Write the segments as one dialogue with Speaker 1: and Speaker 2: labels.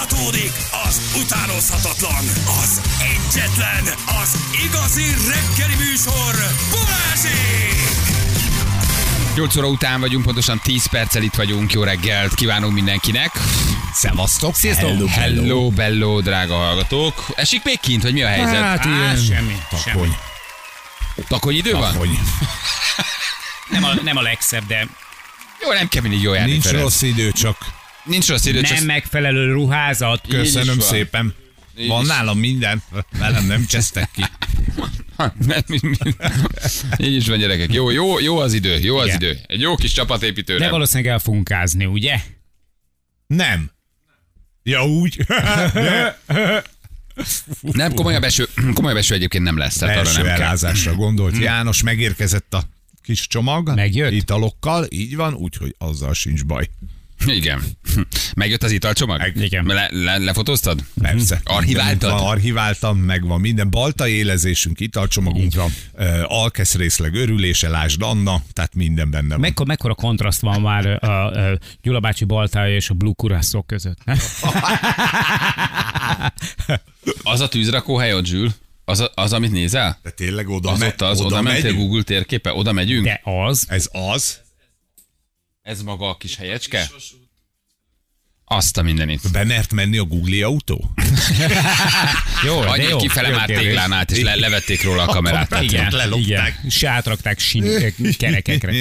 Speaker 1: Folytatódik az utánozhatatlan, az egyetlen, az igazi reggeli műsor, Balázsék!
Speaker 2: 8 óra után vagyunk, pontosan 10 perccel itt vagyunk. Jó reggelt kívánunk mindenkinek.
Speaker 3: Szevasztok.
Speaker 2: Sziasztok. Hello, bello, drága hallgatók. Esik még kint, vagy mi a helyzet?
Speaker 3: Hát ilyen
Speaker 4: semmi.
Speaker 2: Takony idő van?
Speaker 4: Nem a legszebb, de
Speaker 2: Jó, nem kell mindig jól járni.
Speaker 3: Nincs
Speaker 2: Ferenc.
Speaker 3: rossz idő, csak
Speaker 2: Nincs rossz idő,
Speaker 4: nem
Speaker 2: csak...
Speaker 4: megfelelő ruházat.
Speaker 3: köszönöm
Speaker 2: van.
Speaker 3: szépen.
Speaker 2: Így
Speaker 3: Van
Speaker 2: is.
Speaker 3: nálam minden, velem nem csesztek ki.
Speaker 2: Így is van, gyerekek. Jó az idő, jó az
Speaker 4: Igen.
Speaker 2: idő. Egy jó kis csapatépítőre.
Speaker 4: De valószínűleg el fogunk ázni, ugye?
Speaker 3: Nem. Ja úgy.
Speaker 2: Nem, komolyabb eső egyébként nem lesz. Tehát arra
Speaker 3: Első
Speaker 2: nem kell.
Speaker 3: elrázásra gondolt. János, megérkezett a kis csomag.
Speaker 4: Megjött?
Speaker 3: Italokkal, így van, úgyhogy azzal sincs baj.
Speaker 2: Igen. Megjött az italcsomag?
Speaker 4: Igen.
Speaker 2: Lefotóztad?
Speaker 3: Persze.
Speaker 2: Archiváltad?
Speaker 3: Van, archiváltam, megvan minden. Baltai élezésünk, italcsomagunk.
Speaker 4: Így van.
Speaker 3: Alkeszrészleg örülése, lásd Anna, tehát minden benne van.
Speaker 4: Mekkora kontraszt van már a Gyula bácsi baltája és a Blue Curaçao között.
Speaker 2: Az a tűzrakóhely ott, Zsül? Az, amit nézel?
Speaker 3: De tényleg oda,
Speaker 2: Oda mentél
Speaker 3: megyünk?
Speaker 2: Google térképe? Oda megyünk?
Speaker 4: De az,
Speaker 3: Ez az.
Speaker 2: Ez maga a kis helyecske? Azt a mindenit.
Speaker 3: Be mert menni a Google autó?
Speaker 4: jó, de
Speaker 2: Annyi
Speaker 4: jó.
Speaker 2: kifele
Speaker 4: jó
Speaker 2: már
Speaker 4: kérdés.
Speaker 2: téglán át, és levették róla a kamerát.
Speaker 4: Igen,
Speaker 3: Lelopták.
Speaker 4: igen. És átrakták kerekekre.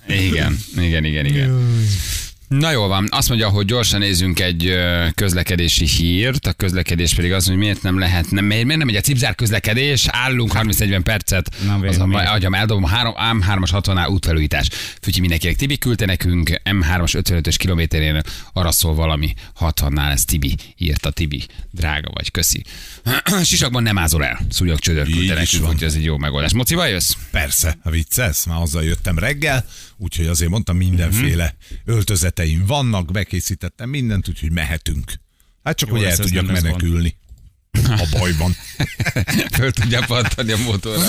Speaker 2: Igen. Na jól van, azt mondja, hogy gyorsan nézzünk egy közlekedési hírt, a közlekedés pedig az, hogy miért nem megy a cipzár közlekedés, állunk 30-40 percet, agyam eldobom, M3-as 60-nál útfelújítás. Fügyi mindenkinek, Tibi küldte nekünk, M3-as 55-ös kilométerén arra szól valami 60-nál, ez Tibi írta, Tibi, drága vagy, köszi. Sisakban nem ázol el, Szúnyog Csődör küldte
Speaker 3: Így is
Speaker 2: nekünk,
Speaker 3: van.
Speaker 2: hogy ez egy jó megoldás. Mocival jössz?
Speaker 3: Persze, a viccelsz, már azzal jöttem reggel, úgyhogy azért mondtam, mindenféle öltözeteim vannak, bekészítettem mindent, úgyhogy mehetünk. Hát csak,
Speaker 4: Jó
Speaker 3: hogy el
Speaker 4: lesz, ez
Speaker 3: tudjak
Speaker 4: nem lesz
Speaker 3: menekülni. A bajban.
Speaker 2: Föl tudja pattani a motorra.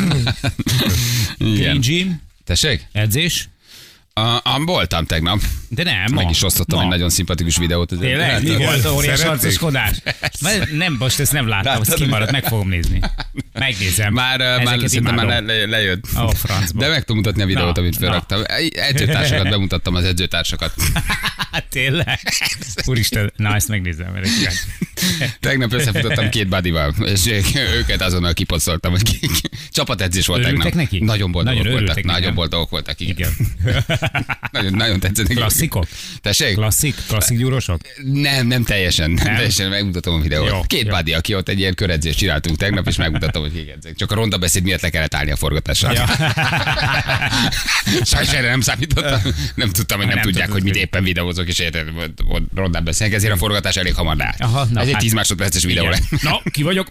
Speaker 2: Igen.
Speaker 4: Green Gym,
Speaker 2: Tessék?
Speaker 4: edzés,
Speaker 2: Voltam tegnap.
Speaker 4: de nem.
Speaker 2: Meg is osztottam egy nagyon szimpatikus videót.
Speaker 4: Tényleg? Mi
Speaker 3: Igen.
Speaker 4: volt a óriás
Speaker 3: Szerették?
Speaker 4: arcoskodás? Nem, most ezt nem láttam, ez kimaradt, meg fogom nézni. Megnézem.
Speaker 2: Már
Speaker 4: Ezeket
Speaker 2: szerintem már
Speaker 4: imádom.
Speaker 2: lejött.
Speaker 4: Ó, francba.
Speaker 2: De meg tudom mutatni a videót,
Speaker 4: Na,
Speaker 2: amit felraktam. Edzőtársakat bemutattam, az edzőtársakat.
Speaker 4: Hát tényleg? Úristen, na ezt megnézem. Mert
Speaker 2: Tegnap összefutottam 2 buddyval, és őket azonnal kiposzoltam, hogy csapatedzés volt
Speaker 4: Örültek
Speaker 2: tegnap.
Speaker 4: neki?
Speaker 2: Nagyon boldogok
Speaker 4: Nagyon
Speaker 2: voltak.
Speaker 4: örültek
Speaker 2: Nagyon
Speaker 4: neki,
Speaker 2: boldogok voltak, igen.
Speaker 4: Igen.
Speaker 2: Nagyon tetszett nekik.
Speaker 4: Klasszikok?
Speaker 2: Tessék?
Speaker 4: Klasszik gyúrosok?
Speaker 2: Nem teljesen. Nem teljesen, megmutatom a videót.
Speaker 4: Jó,
Speaker 2: 2
Speaker 4: jó.
Speaker 2: buddy, aki ott egy ilyen köredzést csináltunk tegnap, és megmutatom, hogy kik. Csak a ronda beszéd miatt le kellett állni a forgatásra.
Speaker 4: Ja.
Speaker 2: Sajnos erre nem számítottam. Nem tudtam, hogy nem
Speaker 4: Nem
Speaker 2: tudják,
Speaker 4: tudod,
Speaker 2: hogy mit
Speaker 4: hogy-
Speaker 2: éppen videózok, és érted, hogy rondán beszélnek, ezért a forgatás elég hamar leállt.
Speaker 4: Aha, na,
Speaker 2: Ez egy
Speaker 4: hát-
Speaker 2: 10 másodperces videó
Speaker 4: Igen.
Speaker 2: lett.
Speaker 4: Na, ki vagyok?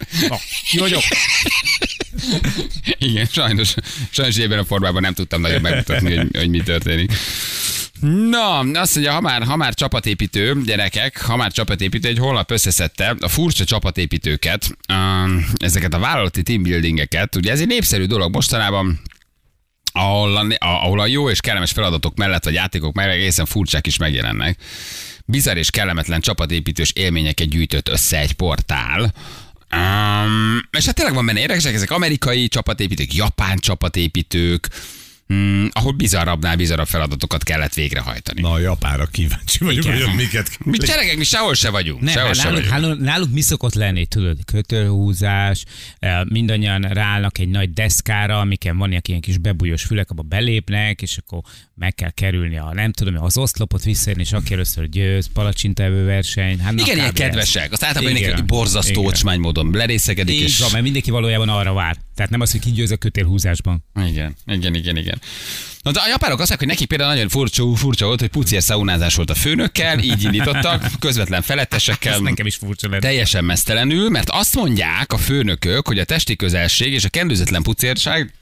Speaker 2: Igen, sajnos ebben a formában nem tudtam nagyon megmutatni, hogy mi történik. Na, azt mondja, ha már csapatépítő, gyerekek, egy honlap összeszedte a furcsa csapatépítőket, ezeket a vállalati teambuildingeket, ugye ez egy népszerű dolog mostanában, ahol a jó és kellemes feladatok mellett, vagy játékok mellett egészen furcsák is megjelennek. Bizarr és kellemetlen csapatépítős élményeket gyűjtött össze egy portál. És hát tényleg van benne érdekesek, ezek amerikai csapatépítők, japán csapatépítők, ahol bizarrabb feladatokat kellett végrehajtani.
Speaker 3: Na, a Japánra kíváncsi vagyok,
Speaker 4: Igen.
Speaker 3: hogy ott miket
Speaker 2: Mi gyerekek, mi sehol se vagyunk.
Speaker 4: Nem,
Speaker 2: Sehol se vagyunk.
Speaker 4: náluk mi szokott lenni, tudod, kötőhúzás, mindannyian ráállnak egy nagy deszkára, amiken vannak ilyen kis bebújós fülek, abba belépnek, és akkor meg kell kerülni nem tudom, az oszlopot visszaérni, és aki először győz, palacsintevő verseny. Hát,
Speaker 2: Igen, ilyen
Speaker 4: kb. ez.
Speaker 2: kedvesek. Azt általában
Speaker 4: Igen.
Speaker 2: mindenki borzasztó
Speaker 4: Igen.
Speaker 2: ocsmány módon lerészegedik.
Speaker 4: Így
Speaker 2: És...
Speaker 4: van, mert mindenki valójában arra vár. Tehát nem az, hogy ki győz a kötélhúzásban.
Speaker 2: Igen. Na, de a japánok azt mondják, hogy nekik például nagyon furcsa volt, hogy pucér szaunázás volt a főnökkel, így indítottak, közvetlen felettesekkel.
Speaker 4: Ez nekem is furcsa lett.
Speaker 2: Teljesen mesztelenül, mert azt mondják a főnökök, hogy a testi közelség és a kendőzetlen pucérság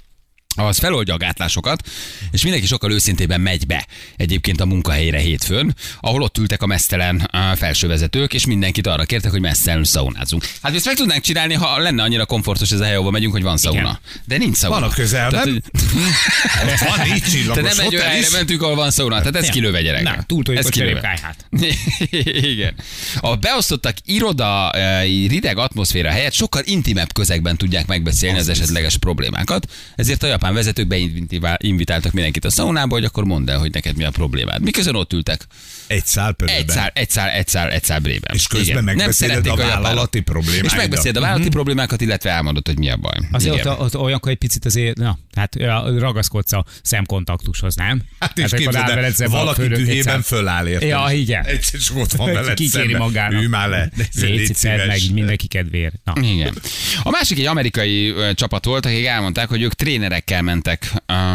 Speaker 2: az feloldja a gátlásokat, és mindenki sokkal őszintében megy be egyébként a munkahelyre hétfőn, ahol ott ültek a meztelen felsővezetők, és mindenkit arra kértek, hogy mesztelenül szaunázunk. Hát ezt meg tudnánk csinálni, ha lenne annyira komfortos ez a hely, ahova megyünk, hogy van szauna. Igen. De nincs szauna.
Speaker 3: Van a közelben. Van így csillagos
Speaker 2: te nem egy olyan helyre mentünk, ahol van szauna, tehát ez kilőve gyerek.
Speaker 4: Nem, túltoljuk a cserélőkályhát.
Speaker 2: Igen. A beosztottak iroda rideg atmoszféra helyett sokkal intimebb közegben tudják megbeszélni az esetleges problémákat, ezért a japán vezetők beinvitáltak mindenkit a szaunába, hogy akkor mondd el, hogy neked mi a problémád. Miközben ott ültek.
Speaker 3: Egy szál pörőben.
Speaker 2: Egy szál brében.
Speaker 3: És közben megbeszéled a vállalati problémákat.
Speaker 2: És megbeszéled a vállalati problémákat, illetve elmondod, hogy mi a baj.
Speaker 4: Azért ott olyankor egy picit azért, hát ragaszkodsz a szemkontaktushoz, nem?
Speaker 3: Hát és képzeld, valaki tühében föláll érte.
Speaker 4: Ja, igen.
Speaker 3: Egyszer csak ott van veled
Speaker 4: kikéri magának.
Speaker 3: Ülj már le.
Speaker 4: Légy meg mindenki kedvéért.
Speaker 2: Igen. A másik egy amerikai csapat volt, akik elmondták, hogy ők trénerekkel mentek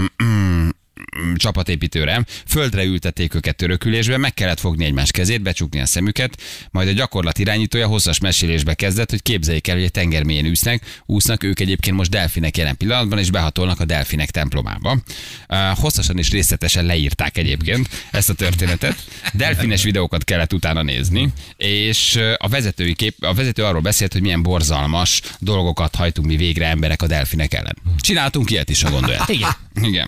Speaker 2: csapatépítőre, földre ültették őket örökülésbe, meg kellett fogni egymás kezét, becsukni a szemüket, majd a gyakorlat irányítója hosszas mesélésbe kezdett, hogy képzeljék el, hogy egy tengermélyén úsznak, ők egyébként most delfinek jelen pillanatban, és behatolnak a delfinek templomába. Hosszasan és részletesen leírták egyébként ezt a történetet. Delfines videókat kellett utána nézni, és a vezető arról beszélt, hogy milyen borzalmas dolgokat hajtunk mi végre emberek a delfinek ellen. Csináltunk ilyet is, a gondolját. Igen.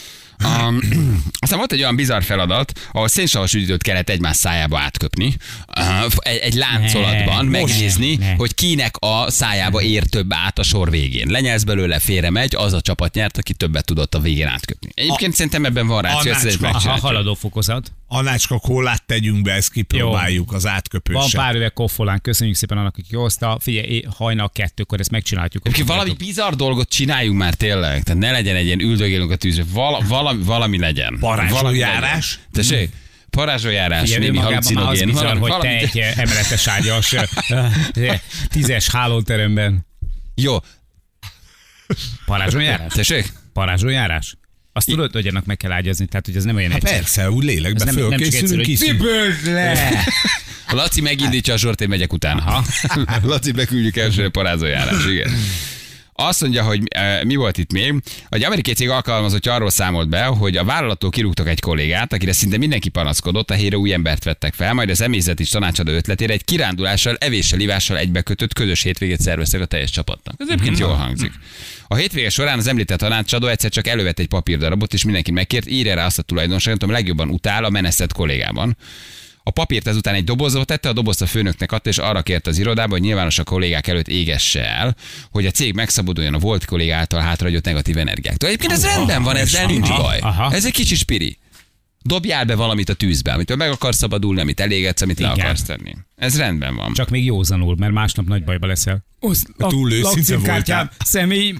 Speaker 2: Aztán volt egy olyan bizarr feladat, ahol szénsavas üdítőt kellett egymás szájába átköpni, egy láncolatban megnézni, hogy kinek a szájába ér több át a sor végén. Lenyelsz belőle, félre megy, az a csapat nyert, aki többet tudott a végén átköpni. Egyébként szerintem ebben van ráció, ezt
Speaker 4: haladó fokozat.
Speaker 3: Anácska kólát tegyünk be, ezt kipróbáljuk az átköpőssel.
Speaker 4: Van pár üveg koffolán, köszönjük szépen annak, aki hozta. Figyelj, hajnal 2-kor ezt megcsináljuk.
Speaker 2: Valami bizarr dolgot csináljunk már tényleg, tehát ne legyen egy ilyen üldögélünk a tűzre, valami legyen.
Speaker 3: Parázsójárás?
Speaker 2: Tessék? Parázsójárás, némi halucinogén.
Speaker 4: Bizarr, hogy te egy emeletes ágyas 10-es hálóteremben.
Speaker 2: Jó.
Speaker 4: Parázsójárás?
Speaker 2: Tessék?
Speaker 4: Parázsójárás? Azt tudod, hogy annak meg kell ágyazni, tehát hogy ez nem olyan egyszerű.
Speaker 3: Persze, úgy lélekbe fölkészülünk,
Speaker 4: Cipőd le!
Speaker 2: A Laci megindítja a sort, én megyek utána. Laci beküldjük elsőre parázójárás, igen. Azt mondja, hogy mi volt itt még. Egy amerikai cég alkalmazottja arról számolt be, hogy a vállalattól kirúgtak egy kollégát, akire szinte mindenki panaszkodott, a helyre új embert vettek fel, majd az emészeti tanácsadó ötletére egy kirándulással, evéssel, ivással egybekötött közös hétvégét szerveztek a teljes csapatnak. Ez egyébként jól hangzik. A hétvége során az említett tanácsadó egyszer csak elővett egy papírdarabot, és mindenki megkért, írja rá azt a tulajdonságot, ami legjobban utál a menesztett kollégában. A papírt ezután egy dobozba tette, a dobozt a főnöknek adta, és arra kérte az irodába, hogy nyilvános a kollégák előtt égesse el, hogy a cég megszabaduljon a volt kollég által hátrahagyott negatív energiáktól. Egyébként ez rendben van, ezzel nincs baj. Ez egy kicsi spiri. Dobjál be valamit a tűzbe, amitől meg akarsz szabadulni, amit elégetsz, amit le akarsz tenni. Ez rendben van.
Speaker 4: Csak még józanul, mert másnap nagy bajba leszel.
Speaker 3: Túl őszinte voltál.
Speaker 4: Személyim.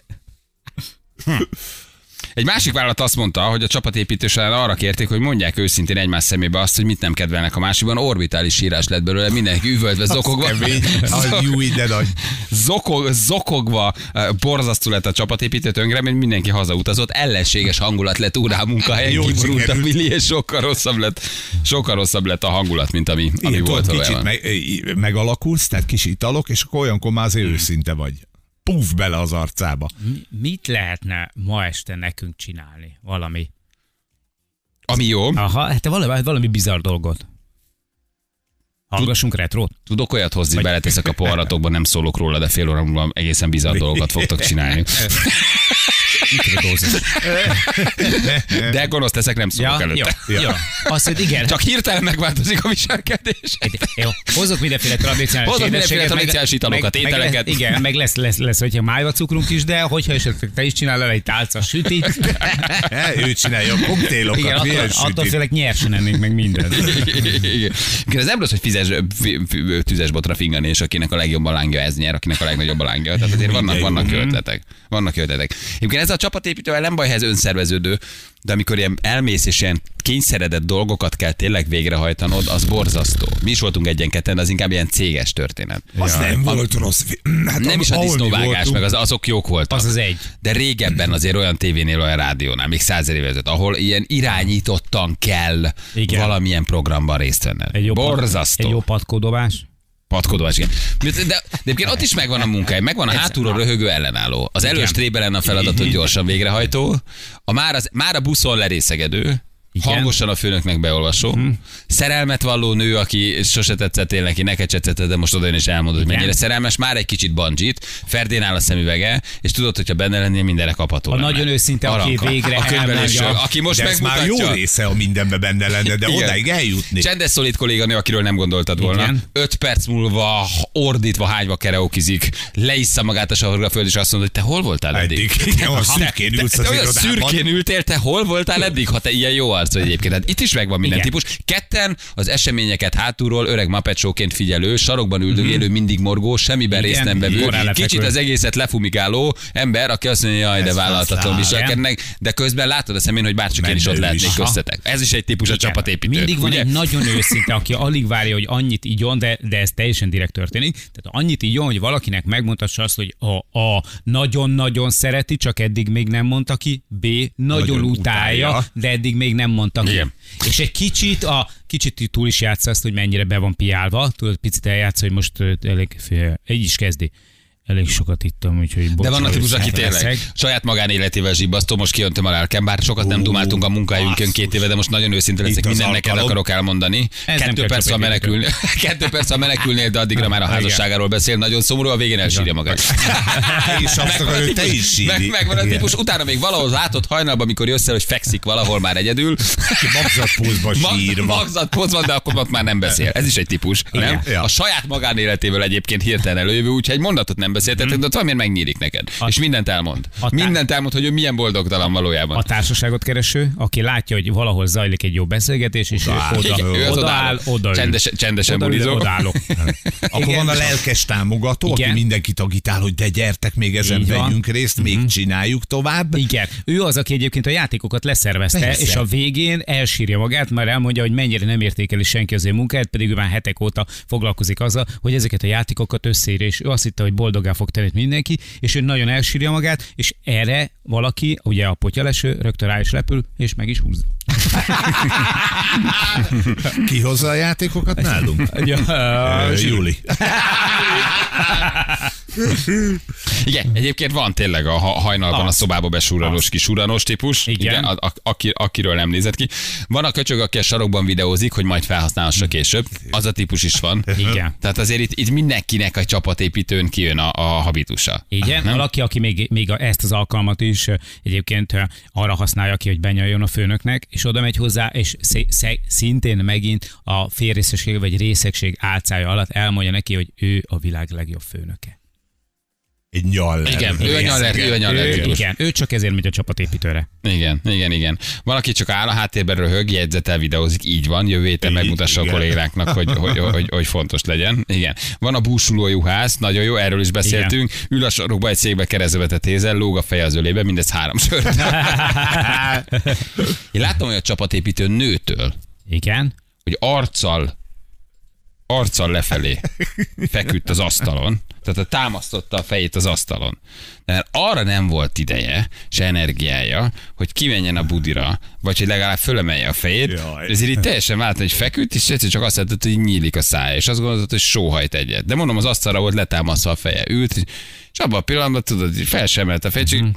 Speaker 2: Egy másik vállalat azt mondta, hogy a csapatépítő során arra kérték, hogy mondják őszintén egymás szemébe azt, hogy mit nem kedvelnek a másikban. Orbitális sírás lett belőle, mindenki üvöltve, zokogva. Zokogva borzasztó lett a csapatépítő tönkre, mert mindenki hazautazott. Ellenséges hangulat lett úrá munkahelyen, kiborult a Willi, és sokkal rosszabb lett a hangulat, mint ami volt valójában.
Speaker 3: Kicsit megalakulsz, tehát kis italok, és akkor olyankor már azért őszinte vagy. Puff bele az arcába.
Speaker 4: Mit lehetne ma este nekünk csinálni? Valami.
Speaker 2: Ami jó.
Speaker 4: Aha, hát valami bizarr dolgot. Hallgassunk retrót?
Speaker 2: Tudok olyat hozni, beleteszek a poharatokba, nem szólok róla, de fél óra múlva egészen bizarr dolgokat fogtok csinálni. De gonosz teszek, nem szólok előtte.
Speaker 4: Jó. Azt mondja, igen.
Speaker 2: Csak hirtelen megváltozik a viselkedés.
Speaker 4: Jó. Hozok mindenféle tradicionális
Speaker 2: italokat, ételeket.
Speaker 4: Igen, meg lesz, hogyha májva cukrunk is, de hogyha esetleg te is csinálod el egy tálca sütit.
Speaker 3: Ő csinálja a koktélokat.
Speaker 4: Igen, attól félek nyersen ennénk meg mindent.
Speaker 2: Igen. Ez nem rossz, hogy tüzes botra fingani, és akinek a legjobb a lángja, ez nyer, akinek a legnagyobb a lángja. Tehát azért vannak ötletek. Egyébként ez a csapatépítővel nem baj, ha ez önszerveződő, de amikor ilyen elmész és ilyen kényszeredett dolgokat kell tényleg végrehajtanod, az borzasztó. Mi is voltunk egyen-ketten, de az inkább ilyen céges történet.
Speaker 3: Az nem volt rossz.
Speaker 2: Hát nem is a disznóvágás, meg azok jók voltak.
Speaker 4: Az egy.
Speaker 2: De régebben azért olyan tévénél, olyan rádiónál, még 100 éve ezelőtt, ahol ilyen irányítottan kell valamilyen programban részt venned. Borzasztó.
Speaker 4: Egy jó patkódobás.
Speaker 2: Patkodás, igen. De egyébként ott is megvan a munkája, megvan a hátulról röhögő ellenálló. Az elől strébe lenne a feladatot gyorsan végrehajtó, már a buszon lerészegedő, igen. Hangosan a főnöknek beolvasó, szerelmet valló nő, aki sose tetszettél neki, neked se tetszett, de most oda jön és elmondod, hogy mennyire szerelmes, már egy kicsit bungee-t, Ferdén áll a szemüvege, és tudod, hogyha benne lennél, mindenre kapható.
Speaker 4: A nagyon őszinte, aki végre
Speaker 2: elmondja. Aki most megmutatja.
Speaker 3: Ez már jó része, a mindenbe benne lenne, de odáig eljutni.
Speaker 2: Csendes szolid kolléganő, akiről nem gondoltad volna. Igen. 5 perc múlva ordítva, hágyva kereokizik, leissza magát a savarra föld, és azt mondod, hogy te hol voltál eddig? Szürkén ültél, te hol voltál eddig, ha te ilyen jó arc vagy egyébként. Hát itt is megvan minden típus. Ketten az eseményeket hátulról öreg Muppet Show-ként figyelő, sarokban üldögélő, mindig morgó, semmiben részt nem vevő, kicsit az egészet lefumigáló ember, aki azt mondja, jaj, de vállalhatatlan viselkednek, de közben látod a szemén, hogy bárcsak én is ott lehetnék köztetek. Ez is egy típus a csapatépítő.
Speaker 4: Mindig van egy nagyon őszinte, aki alig várja, hogy annyit igyon, de ez teljesen direkt történik. Tehát annyit igyon, hogy valakinek megmondhassa azt, hogy A nagyon-nagyon szereti, csak eddig még nem mondta ki, B nagyon utálja, de eddig még nem mondta ki.
Speaker 2: Igen.
Speaker 4: És egy kicsit túl is játsza azt, hogy mennyire be van piálva. Tudod, picit eljátsz, hogy most elég így is kezdi. Elég sokat ittam, úgyhogy
Speaker 2: de van a típus, aki tényleg saját magánéletével zsibbasztó, most kijöntöm a lelkem, bár sokat nem dumáltunk a munkájunkön 2 éve, de most nagyon őszinte leszek, minden neked akarok elmondani. 2 perc, ha menekülnél, de addigra már a házasságáról beszél, nagyon szomorú, a végén elsírja magát.
Speaker 3: És azt akar, hogy te is sírj.
Speaker 2: Megvan a típus, utána még valahol látod hajnalban, amikor jössz el, hogy fekszik valahol már egyedül.
Speaker 3: Magzatpózban sírva.
Speaker 2: Magzatpózban, de akkor már nem beszél. Ez is egy típus, nem? A saját magánéletével egyébként hirtelen előjövő, úgyhogy egy mondatot nem beszéltetek, de ott valamiért megnyílik neked. És mindent elmond. Mindent elmond, hogy ő milyen boldogtalan valójában.
Speaker 4: A társaságot kereső, aki látja, hogy valahol zajlik egy jó beszélgetés, és oda
Speaker 2: csendesen bulizó.
Speaker 3: Akkor van a lelkes támogató, aki mindenkit agitál, hogy de gyertek, még ezen vegyünk részt, még csináljuk tovább.
Speaker 4: Igen. Ő az, aki egyébként a játékokat leszervezte, és a végén elsírja magát, mert elmondja, hogy mennyire nem értékeli senki az ő munkáját, pedig ő már hetek óta foglalkozik azzal, hogy ezeket a játékokat összeírja, és ő azt hitte, hogy boldogá fog tenni mindenki, és ő nagyon elsírja magát, és erre valaki, ugye a potyaleső, rögtön rá is repül, és meg is húzza.
Speaker 3: Ki hozza a játékokat nálunk? Júli.
Speaker 2: Igen, egyébként van tényleg a hajnalban a szobába besúranós kis uranós típus, igen, akiről nem nézett ki. Van a köcsög, aki a sarokban videózik, hogy majd felhasználhassa később. Az a típus is van.
Speaker 4: Igen.
Speaker 2: Tehát azért itt mindenkinek a csapatépítőn kijön a habitusa.
Speaker 4: Igen, valaki, aki még ezt az alkalmat is egyébként arra használja ki, hogy benyaljon a főnöknek, és oda megy hozzá, és szintén megint a félrészesség vagy részegség álcája alatt elmondja neki, hogy ő a világ legjobb főnöke.
Speaker 3: Egy nyal.
Speaker 2: Igen, ő a nyal.
Speaker 4: Igen, ő csak ezért megy a csapatépítőre.
Speaker 2: Igen. Van, aki csak áll a háttérben röhög, jegyzetel, videózik, így van, jövő héten megmutassa a kollégáknak, hogy fontos legyen. Igen. Van a búsuló juhász, nagyon jó, erről is beszéltünk. Igen. Ül a sarokba egy székbe keresztbe tézel, lóg a feje az ölébe, mindez 3 sört. Én láttam olyan csapatépítő nőtől.
Speaker 4: Igen.
Speaker 2: Hogy arccal lefelé feküdt az asztalon, tehát támasztotta a fejét az asztalon. De arra nem volt ideje, se energiája, hogy kimenjen a budira, vagy hogy legalább fölemelje a fejét. Jaj. Ezért itt teljesen váltam, hogy feküdt, és egyszer csak azt látott, hogy nyílik a szája, és azt gondolod, hogy sóhajt egyet. De mondom, az asztalra volt letámasztva a feje, ült, és abban a pillanatban tudod, hogy fel sem emelt a fejét, csak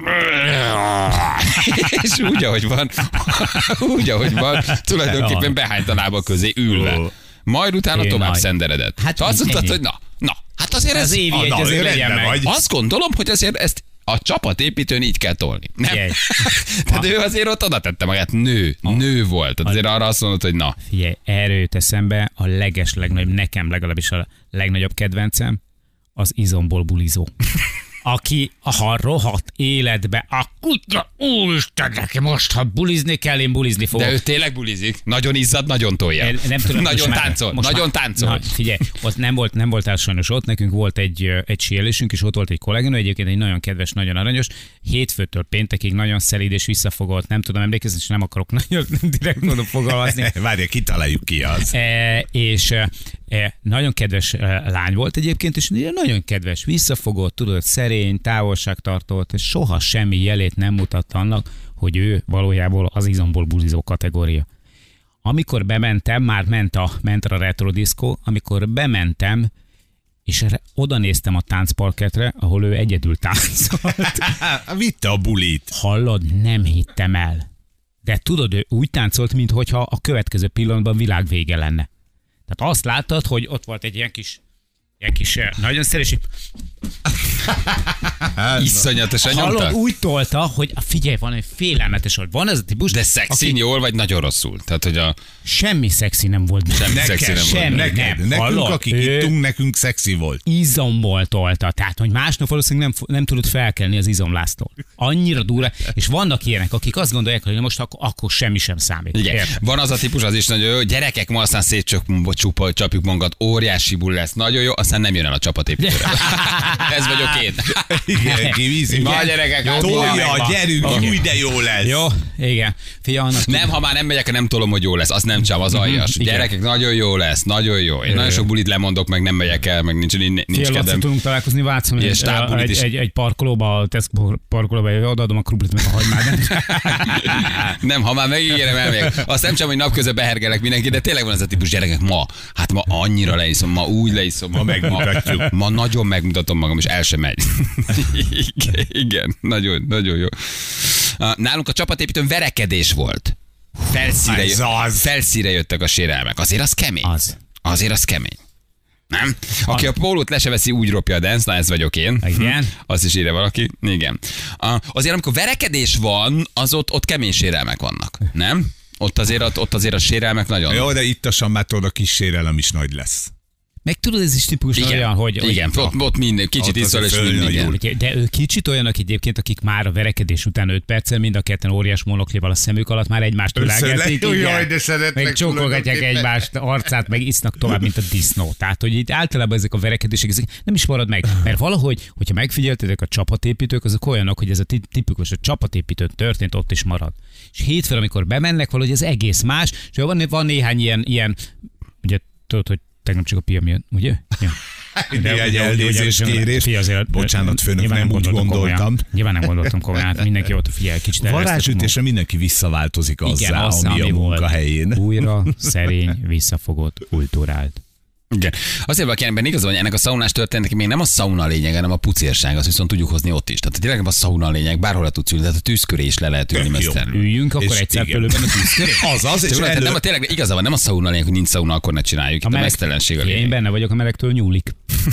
Speaker 2: és úgy, ahogy van, tulajdonképpen behányt a lába közé ülve. Majd utána tovább szenderedett. Hát azt mondtad, hogy na, hát azért ez
Speaker 4: évi egy azért legyen meg.
Speaker 2: Azt gondolom, hogy azért ezt a csapatépítőn így kell tolni. Nem? Tehát ő azért ott oda tette magát, nő volt. Azért arra azt mondod, hogy na.
Speaker 4: Figyelj, erről jut eszembe a legnagyobb, nekem legalábbis a legnagyobb kedvencem, az izomból bulizó. Aki a rohadt életbe, a kutya, úristen, neki most, ha bulizni kell, én bulizni fogok.
Speaker 2: De ő tényleg bulizik. Nagyon izzad, nagyon tolja.
Speaker 4: Nem tudom,
Speaker 2: nagyon táncol.
Speaker 4: Na, figyelj, ott nem voltál sajnos ott, nekünk volt egy síelésünk, és ott volt egy kolléganő, egyébként egy nagyon kedves, nagyon aranyos, hétfőtől péntekig nagyon szelíd és visszafogott, nem tudom emlékezni, és nem akarok nagyon direkt módon fogalmazni.
Speaker 3: Várj, kitaláljuk ki az.
Speaker 4: És nagyon kedves lány volt egyébként, és nagyon kedves, visszafogott, tudod, szerény, távolságtartott, és soha semmi jelét nem mutatta annak, hogy ő valójában az izomból bulizó kategória. amikor bementem, már ment a retro diszkó, amikor bementem, és oda néztem a táncparketre, ahol ő egyedül táncolt.
Speaker 3: Vitte a bulit.
Speaker 4: Hallod, nem hittem el. De tudod, ő úgy táncolt, mintha a következő pillanatban világ vége lenne. Tehát azt láttad, hogy ott volt egy ilyen kis nagyon szeres.
Speaker 2: Iszonyatosan nyomta.
Speaker 4: Hallod, úgy tolta, hogy figyelj, van egy félelmetes volt. Van ez a típus.
Speaker 2: De szexin jól, vagy nagyon rosszul? Tehát, hogy
Speaker 4: semmi szexi nem volt.
Speaker 3: Nekünk, akik ittunk, nekünk szexi volt.
Speaker 4: Izomból tolta. Tehát, hogy másnap valószínűleg nem tudott felkelni az izomláztól. Annyira durva. És vannak ilyenek, akik azt gondolják, hogy most akkor semmi sem számít.
Speaker 2: Igen.
Speaker 4: Érted?
Speaker 2: Van az a típus, az is nagyon jó. Gyerekek, ma aztán csapjuk magunkat, óriási bull lesz, nagyon jó, aztán nem jön el a csapatépítőre. Ez vagyok én.
Speaker 3: Igen,
Speaker 2: ma gyerekek,
Speaker 3: tolja, gyerünk, új, de jó lesz.
Speaker 4: Jó, igen.
Speaker 2: Nem, ha már nem megyek, nem tolom, hogy jó lesz. Az nem csak az aljas. Gyerekek, nagyon jó lesz, nagyon jó. Én nagyon sok bulit lemondok, meg nem megyek el, meg nincs kedvem.
Speaker 4: Tudunk találkozni Vácon egy parkolóba, a Tesco parkolóba, odaadom a kruplit, meg a hagymát.
Speaker 2: Nem, ha már megígérem, elmegyek. Azt nem csak, hogy napközben behergelek mindenki, de tényleg van ez a típus, gyerekek, ma annyira leiszom, ma úgy leiszom, ma megmutatjuk. Ma nagyon megmutatom magam, és el sem megy. Igen, nagyon, nagyon jó. Nálunk a csapatépítőn verekedés volt. Felszíre jöttek a sérelmek. Azért az kemény. Azért az kemény. Nem? Aki a pólót le se veszi, úgy ropja a dance, na ez vagyok én.
Speaker 4: Igen.
Speaker 2: Azt is írja valaki. Igen. Azért amikor verekedés van, az ott kemény sérelmek vannak. Nem? Ott azért a sérelmek nagyon.
Speaker 3: Jó, de ittasan már tudod, a kis sérelem is nagy lesz.
Speaker 4: Meg tudod, ez is tipikus olyan, hogy...
Speaker 2: Igen, ott minden, kicsit iszol, és minden.
Speaker 4: De ő kicsit olyanok egyébként, akik már a verekedés után 5 perccel mind a ketten óriás monokléval a szemük alatt már egymást ölelgetik. Meg csókolgatják egymást arcát, meg isznak tovább, mint a disznó. Tehát, hogy itt általában ezek a verekedések nem is marad meg. Mert valahogy, hogyha megfigyeltetek, a csapatépítők, azok olyanok, hogy ez a tipikus, a csapatépítő történt, ott is marad. És hétfőn, amikor bemennek, valahogy az egész más, és van néhány ilyen ugye tudod, hogy tegnap csak a pia miatt, ugye? Ja.
Speaker 3: Egy elnézést kérés. Bocsánat, főnök, nem úgy gondoltam.
Speaker 4: Nyilván nem gondoltam komolyan, hát mindenki ott figyel, kicsit
Speaker 3: varázsütésre mindenki visszaváltozik azzá, ami a munkahelyén.
Speaker 4: Újra szerény, visszafogott, kulturált.
Speaker 2: Igen. Azért valaki ennek igaz, hogy ennek a szaunás történetnek még nem a szauna a lényeg, hanem a pucérság, azt viszont tudjuk hozni ott is. Tehát tényleg a szauna a lényeg, bárhol le tudsz ülni, tehát a tűzköré is le lehet ülni mesztelenül.
Speaker 4: Üljünk akkor egyszer fölőben a tűzköré.
Speaker 3: Azaz, és
Speaker 2: tényleg igaza van, nem a szauna a lényeg, hogy nincs szauna, akkor ne csináljuk. A mesztelenség a lényeg.
Speaker 4: Én benne vagyok, a melegtől nyúlik.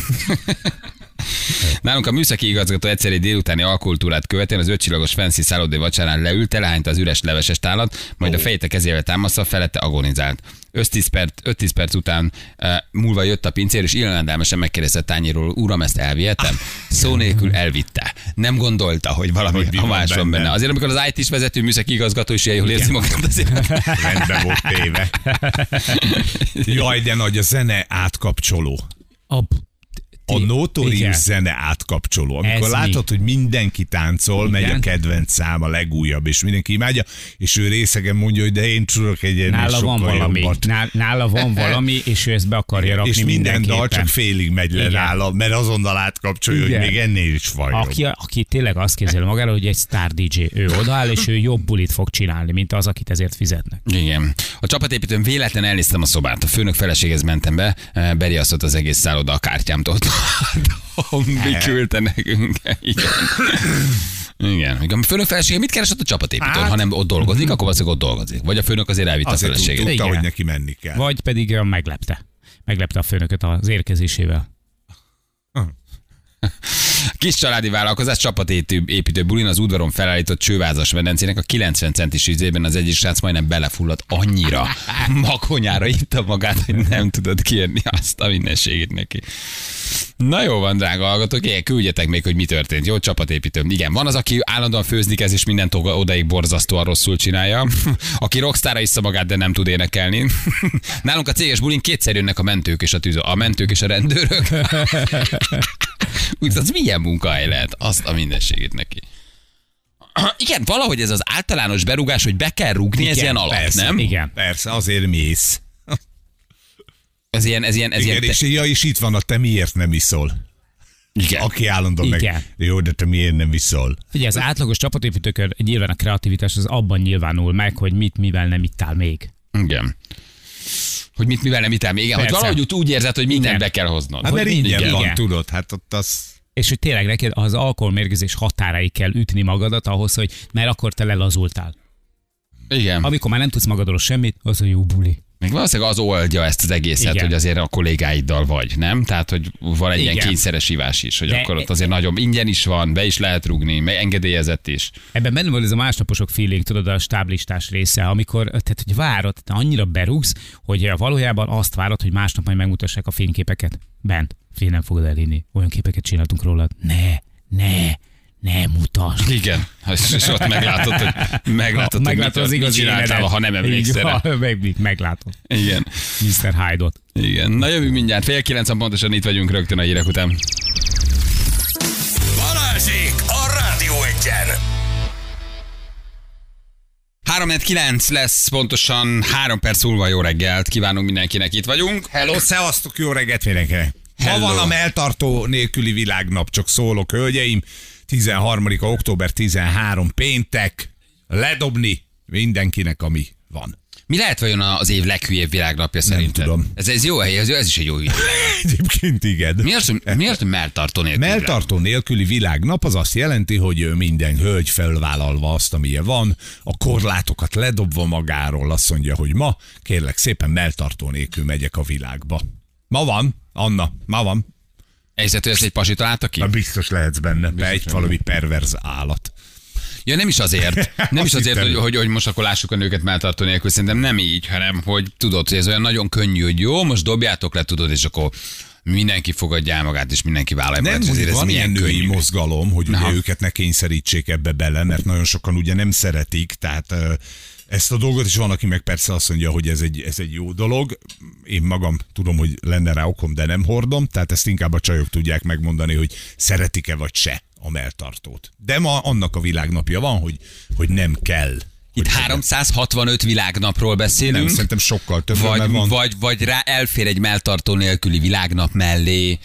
Speaker 2: Nálunk a műszaki igazgató egyszer egy délutáni alkoholtúrát követően az 5 csillagos fancy szállodai vacsorán leült, telehányta az üres leveses tálat, majd a fejét a kezével támasztva felette agonizált. 5-10 perc után múlva jött a pincér, és illendelmesen megkérdezte a tányérról, uram, ezt elvihetem? Szó nélkül elvitte. Nem gondolta, hogy valami más van benne. Azért, amikor az IT-s vezető műszaki igazgató is ilyen jól érzi magát, azért
Speaker 3: rendben volt téve. Jaj, de nagy a zene átkapcsoló. A notorius zene átkapcsoló. Amikor látod, hogy mindenki táncol, megy a kedvenc szám, a legújabb, és mindenki imádja, és ő részegen mondja, hogy de én tudok egy ennél sokkal jobbat.
Speaker 4: Nála van valami, és ő ezt be akarja rakni
Speaker 3: és minden dal csak félig megy le nála, mert azonnal átkapcsolja, hogy még ennél is van jobb.
Speaker 4: Aki tényleg azt képzel magára, hogy egy sztár DJ, ő odaáll, és ő jobb bulit fog csinálni, mint az, akit ezért fizetnek.
Speaker 2: Igen. A csapatépítőn véletlen elnéztem a szobát. A főnök feleséghez mentem be, beriasztott az egész szálloda a kártyámtól. Mi küldte nekünk. Igen. A főnök felesége mit keresett a csapatépítőn? Ha nem ott dolgozik, akkor valószínűleg ott dolgozik. Vagy a főnök azért elvitte a feleségét.
Speaker 3: Azért tudta, hogy neki menni kell.
Speaker 4: Vagy pedig meglepte. Meglepte a főnököt az érkezésével.
Speaker 2: Kis családi vállalkozás csapatépítő bulin az udvaron felállított csővázas medencének a 90 centis üzében az egyik srác majdnem belefulladt, annyira makonyára itta magát, hogy nem tudod kérni azt a mindenségét neki. Na jó van, drága hallgatók, igen, küldjetek még, hogy mi történt. Jó, csapatépítő. Igen, van az, aki állandóan főzni kezd, és mindent odaig borzasztóan rosszul csinálja. Aki rockstarra issza magát, de nem tud énekelni. Nálunk a céges bulin kétszer jönnek a mentők és a mentők és a rendőrök. Úgy, az milyen munkahely lehet? Azt a mindenségét neki. Igen, valahogy ez az általános berúgás, hogy be kell rúgni, igen, ez ilyen alap,
Speaker 3: persze,
Speaker 2: nem?
Speaker 3: Igen. Persze, azért mész.
Speaker 2: Ez ilyen.
Speaker 3: És itt van a te miért nem iszol.
Speaker 2: Igen.
Speaker 3: Aki állandóan meg, jó, de te miért nem iszol?
Speaker 4: Ugye az átlagos csapatépítőkön nyilván a kreativitás az abban nyilvánul meg, hogy mivel nem ittál még.
Speaker 2: Igen. Hogy mivel nem item. Igen, hogy valahogy úgy érzed, hogy mindent be kell hoznod.
Speaker 3: Hát mert ingyen van,
Speaker 4: igen.
Speaker 3: tudod, hát ott az...
Speaker 4: És hogy tényleg neked az alkoholmérgezés határáig kell ütni magadat ahhoz, hogy mert akkor te lelazultál.
Speaker 2: Igen.
Speaker 4: Amikor már nem tudsz magadról semmit, az a jó buli.
Speaker 2: Még valószínűleg az oldja ezt az egészet,
Speaker 4: Igen.
Speaker 2: hogy azért a kollégáiddal vagy, nem? Tehát, hogy van egy ilyen
Speaker 4: Igen.
Speaker 2: kényszeres hívás is, hogy
Speaker 4: De-
Speaker 2: akkor ott azért nagyon ingyen is van, be is lehet rúgni, meg engedélyezett is.
Speaker 4: Ebben benne van ez a másnaposok feeling, tudod, a stáblistás része, amikor tehát, hogy várod, te annyira berúgsz, hogy valójában azt várod, hogy másnap majd megmutassák a fényképeket. Bent, fél nem fogod elhinni. Olyan képeket csináltunk rólad. Ne mutasd.
Speaker 2: Igen, és ott meglátod, hogy mit csináltál, ha nem emlékszel.
Speaker 4: Meglátod.
Speaker 2: Igen.
Speaker 4: Mr. Hyde-ot.
Speaker 2: Igen. Na jövünk mindjárt, 8:30 pontosan itt vagyunk rögtön a hírek után.
Speaker 1: Balázsék a Rádió Egyen!
Speaker 2: 3:09 lesz pontosan 3 perc múlva. Jó reggelt kívánunk mindenkinek, itt vagyunk.
Speaker 3: Hello, szevasztok, jó reggelt mindenkinek! Ma
Speaker 2: Hello.
Speaker 3: van a melltartó nélküli világnap, csak szólok, hölgyeim. 13. október 13 péntek. Ledobni mindenkinek, ami van.
Speaker 2: Mi lehet vajon az év leghülyébb világnapja szerinted?
Speaker 3: tudom.
Speaker 2: Ez jó hely, ez is egy jó hír.
Speaker 3: Egyébként igen.
Speaker 2: Miért melltartó nélkül?
Speaker 3: Melltartó nélküli világnap az azt jelenti, hogy minden hölgy felvállalva azt, amilyen van, a korlátokat ledobva magáról azt mondja, hogy ma kérlek szépen melltartó nélkül megyek a világba. Ma van, Anna, ma van.
Speaker 2: Egyszerűen, hogy ezt egy pasi találta ki?
Speaker 3: Na biztos lehetsz benne, be egy valami perverz állat.
Speaker 2: Ja, nem is azért,
Speaker 3: Azt hittem.
Speaker 2: hogy most akkor lássuk a nőket melltartó nélkül, szerintem nem így, hanem hogy tudod, hogy ez olyan nagyon könnyű, hogy jó, most dobjátok le, tudod, és akkor mindenki fogadja el magát, és mindenki vállalja
Speaker 3: Nem,
Speaker 2: magát,
Speaker 3: hogy
Speaker 2: ezért ez
Speaker 3: van ilyen
Speaker 2: milyen
Speaker 3: női
Speaker 2: könnyű.
Speaker 3: mozgalom, hogy ugye
Speaker 2: Aha.
Speaker 3: őket ne kényszerítsék ebbe bele, mert nagyon sokan ugye nem szeretik, tehát ezt a dolgot, és van, aki meg persze azt mondja, hogy ez egy jó dolog. Én magam tudom, hogy lenne rá okom, de nem hordom, tehát ezt inkább a csajok tudják megmondani, hogy szeretik-e vagy se a melltartót. De ma annak a világnapja van, hogy nem kell.
Speaker 2: Itt 365 világnapról beszélünk.
Speaker 3: Nem, szerintem sokkal több, mert van.
Speaker 2: Vagy rá elfér egy melltartó nélküli világnap mellé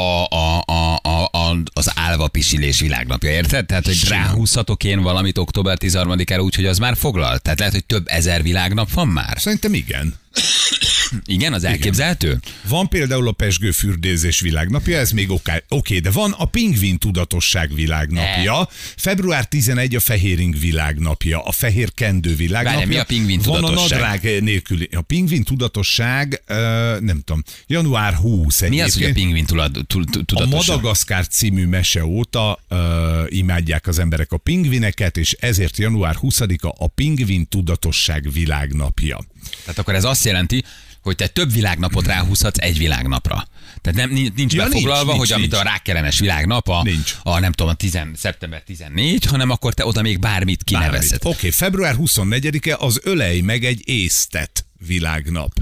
Speaker 2: az álva pisilés világnapja, érted? Tehát, hogy ráhúzhatok én valamit október 13-ára úgy, hogy az már foglalt. Tehát lehet, hogy több ezer világnap van már.
Speaker 3: Szerintem igen.
Speaker 2: Igen, az elképzelhető?
Speaker 3: Van például a pezsgőfürdőzés világnapja, ez még oké, de van a pingvin tudatosság világnapja, február 11 a fehéring világnapja, a fehér kendő világnapja.
Speaker 2: Várj, mi a pingvin
Speaker 3: Van
Speaker 2: tudatosság?
Speaker 3: a nadrág nélküli. A pingvin tudatosság, nem tudom, január 20
Speaker 2: Mi az, hogy a pingvin
Speaker 3: A
Speaker 2: tudatosság?
Speaker 3: Madagaszkár című mese óta imádják az emberek a pingvineket, és ezért január 20-a a pingvin tudatosság világnapja.
Speaker 2: Tehát akkor ez azt jelenti, hogy te több világnapot ráhúzhatsz egy világnapra. Tehát nincs
Speaker 3: Ja,
Speaker 2: befoglalva,
Speaker 3: nincs,
Speaker 2: hogy amit a rákellenes világnap,
Speaker 3: Nincs.
Speaker 2: a nem tudom, szeptember 14, hanem akkor te oda még bármit kinevezed.
Speaker 3: Oké, február 24-e az ölej meg egy észtet világnap.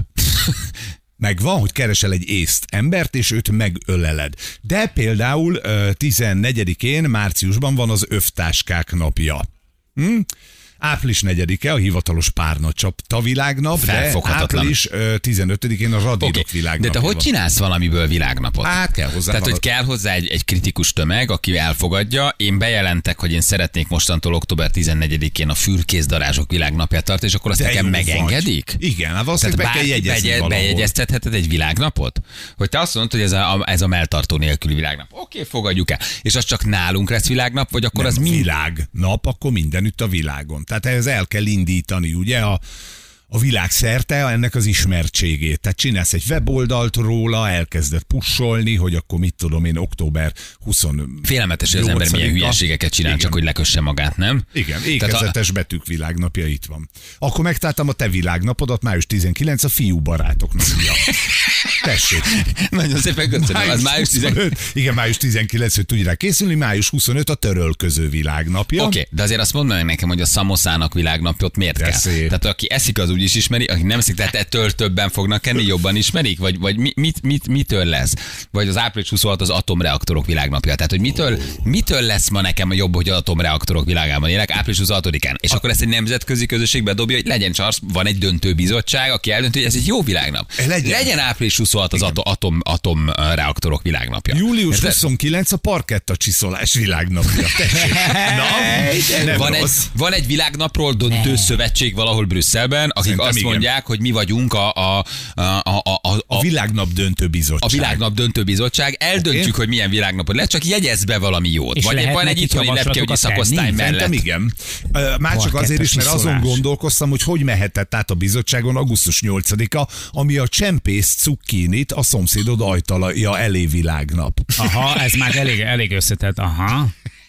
Speaker 3: Megvan, hogy keresel egy észt embert, és őt megöleled. De például 14-én, márciusban van az övtáskák napja. Április 4-e a hivatalos párnacsapta világnap, de
Speaker 2: Felfoghatatlan.
Speaker 3: április 15-én a radírok
Speaker 2: Oké,
Speaker 3: világnapja.
Speaker 2: de te hogy
Speaker 3: van.
Speaker 2: csinálsz valamiből világnapot?
Speaker 3: Hát kell hozzá
Speaker 2: Tehát, hogy
Speaker 3: valami.
Speaker 2: kell hozzá egy kritikus tömeg, aki elfogadja. Én bejelentek, hogy én szeretnék mostantól október 14-én a fürkészdarázsok világnapját tartani, és akkor azt
Speaker 3: De
Speaker 2: nekem
Speaker 3: jó
Speaker 2: megengedik?
Speaker 3: vagy. Igen, hát valószínűleg be kell jegyezni valahol.
Speaker 2: bejegyeztetheted egy világnapot? Hogy te azt mondod, hogy ez a melltartó nélküli világnap. Oké, fogadjuk el. És az csak nálunk lesz világnap, vagy akkor
Speaker 3: Nem,
Speaker 2: az mind?
Speaker 3: világnap, akkor mindenütt a világon. Tehát ehhez el kell indítani, ugye, a világ szerte ennek az ismertségét. Tehát csinálsz egy weboldalt róla, elkezded pusholni, hogy akkor mit tudom én, október 20.
Speaker 2: Félelmetes, hogy az ember milyen hülyeségeket csinál,
Speaker 3: Igen.
Speaker 2: csak hogy lekösse magát, nem?
Speaker 3: Igen,
Speaker 2: Tehát
Speaker 3: ékezetes betűk világnapja itt van. Akkor megtaláltam a te világnapodat, május 19, a fiú barátok napja. Tessék.
Speaker 2: Nagyon szépen köszönöm. Az május 15.
Speaker 3: Igen, május 19, hogy tudj rá készülni, május 25 a törölköző világnapja.
Speaker 2: Oké, de azért azt mondd meg nekem, hogy a szamoszának világnapját miért
Speaker 3: De
Speaker 2: kell?
Speaker 3: szép.
Speaker 2: Tehát aki eszik, az úgy is ismeri, aki nem eszik, tehát ettől többen fognak enni, jobban ismerik? Vagy mitől lesz? vagy az április 26 az atomreaktorok világnapja. Tehát, hogy mitől lesz ma nekem jobb, hogy az atomreaktorok világában élek április 26-án. És akkor ezt egy nemzetközi közösségbe dobja, hogy legyen csak, van egy döntőbizottság, aki eldönti, hogy ez egy jó világnap. Legyen április 26 az atomreaktorok világnapja.
Speaker 3: Július 29 a parketta csiszolás világnapja.
Speaker 2: Van egy világnapról döntő szövetség valahol Brüsszelben, akik
Speaker 3: Szerintem
Speaker 2: azt mondják, hogy mi vagyunk
Speaker 3: a világnap döntő bizottság.
Speaker 2: A világnap döntő bizottság. Eldöntjük, hogy milyen világnapot lesz, csak jegyezz be valami jót.
Speaker 4: És
Speaker 2: vagy van egy itthoni lepke, szakosztály mellett.
Speaker 3: Igen. Már csak azért is, mert azon gondolkoztam, hogy mehetett át a bizottságon augusztus 8-a, ami a csempész cukkinit a szomszédod ajtaja elé világnap.
Speaker 4: Aha, ez már elég összetett. Aha.